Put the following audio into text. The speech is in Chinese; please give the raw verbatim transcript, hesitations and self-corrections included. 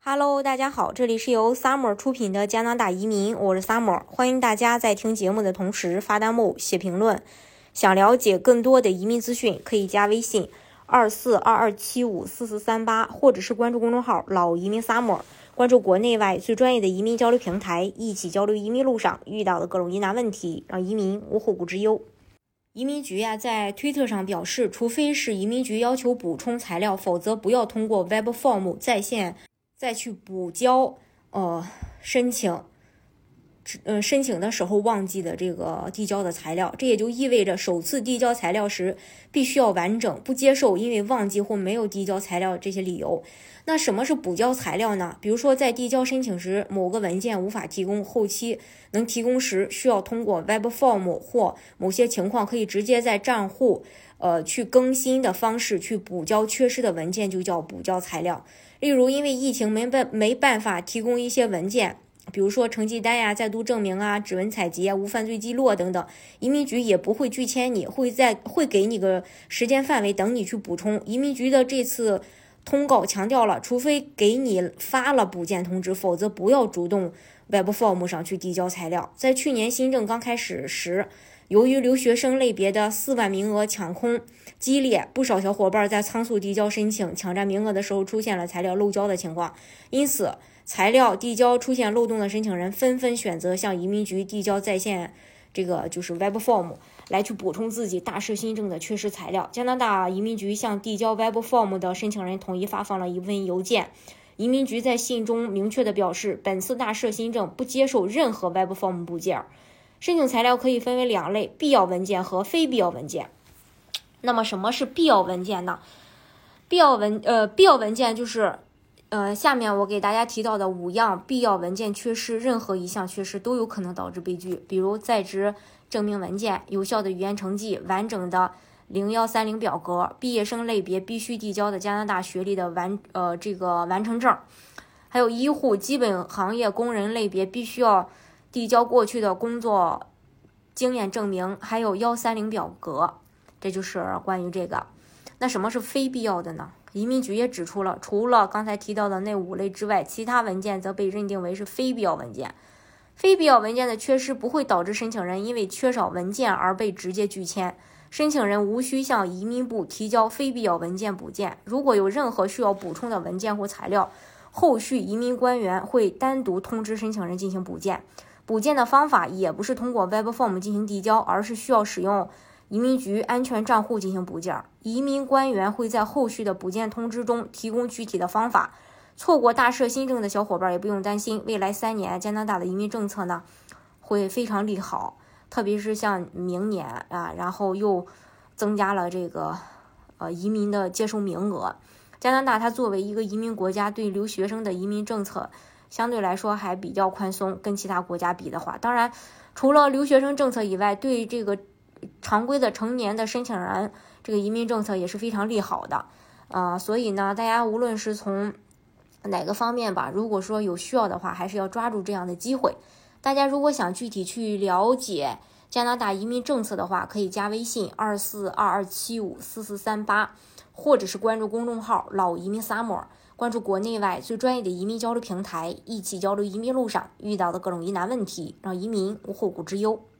Hello， 大家好，这里是由 Summer 出品的加拿大移民，我是 Summer， 欢迎大家在听节目的同时发弹幕、写评论。想了解更多的移民资讯，可以加微信二四二二七五四四三八，或者是关注公众号老移民 Summer， 关注国内外最专业的移民交流平台，一起交流移民路上遇到的各种疑难问题，让移民无后顾之忧。移民局呀、啊，在推特上表示，除非是移民局要求补充材料，否则不要通过 Web Form 在线再去补交呃申请，呃申请的时候忘记的这个递交的材料，这也就意味着首次递交材料时必须要完整，不接受因为忘记或没有递交材料这些理由。那什么是补交材料呢？比如说在递交申请时某个文件无法提供，后期能提供时需要通过 Web Form 或某些情况可以直接在账户呃去更新的方式去补交缺失的文件，就叫补交材料。例如因为疫情没办没办法提供一些文件，比如说成绩单呀、在读证明啊、指纹采集啊、无犯罪记录等等，移民局也不会拒签你，会在会给你个时间范围等你去补充。移民局的这次通告强调了，除非给你发了补件通知，否则不要主动 Web Form 上去递交材料。在去年新政刚开始时，由于留学生类别的四万名额抢空激烈，不少小伙伴在仓促递交申请、抢占名额的时候出现了材料漏交的情况，因此材料递交出现漏洞的申请人纷纷选择向移民局递交在线这个就是 Web Form 来去补充自己大赦新政的缺失材料。加拿大移民局向递交 Web Form 的申请人统一发放了一份邮件，移民局在信中明确地表示，本次大赦新政不接受任何 Web Form 部件。申请材料可以分为两类，必要文件和非必要文件。那么什么是必要文件呢？必要文呃必要文件就是呃下面我给大家提到的五样必要文件缺失，任何一项缺失都有可能导致被拒，比如在职证明文件、有效的语言成绩、完整的零一三零表格、毕业生类别必须递交的加拿大学历的完呃这个完成证，还有医护基本行业工人类别必须要递交过去的工作经验证明，还有一三零表格。这就是关于这个。那什么是非必要的呢？移民局也指出了，除了刚才提到的那五类之外，其他文件则被认定为是非必要文件。非必要文件的缺失不会导致申请人因为缺少文件而被直接拒签，申请人无需向移民部提交非必要文件补件。如果有任何需要补充的文件或材料，后续移民官员会单独通知申请人进行补件。补件的方法也不是通过 Web Form 进行递交，而是需要使用移民局安全账户进行补件。移民官员会在后续的补件通知中提供具体的方法。错过大赦新政的小伙伴也不用担心，未来三年加拿大的移民政策呢会非常利好，特别是像明年啊，然后又增加了这个呃移民的接收名额。加拿大它作为一个移民国家，对留学生的移民政策相对来说还比较宽松，跟其他国家比的话，当然除了留学生政策以外，对这个常规的成年的申请人这个移民政策也是非常利好的呃，所以呢大家无论是从哪个方面吧，如果说有需要的话，还是要抓住这样的机会。大家如果想具体去了解加拿大移民政策的话，可以加微信二四二二七五四四三八，或者是关注公众号老移民 Summer，关注国内外最专业的移民交流平台，一起交流移民路上遇到的各种疑难问题，让移民无后顾之忧。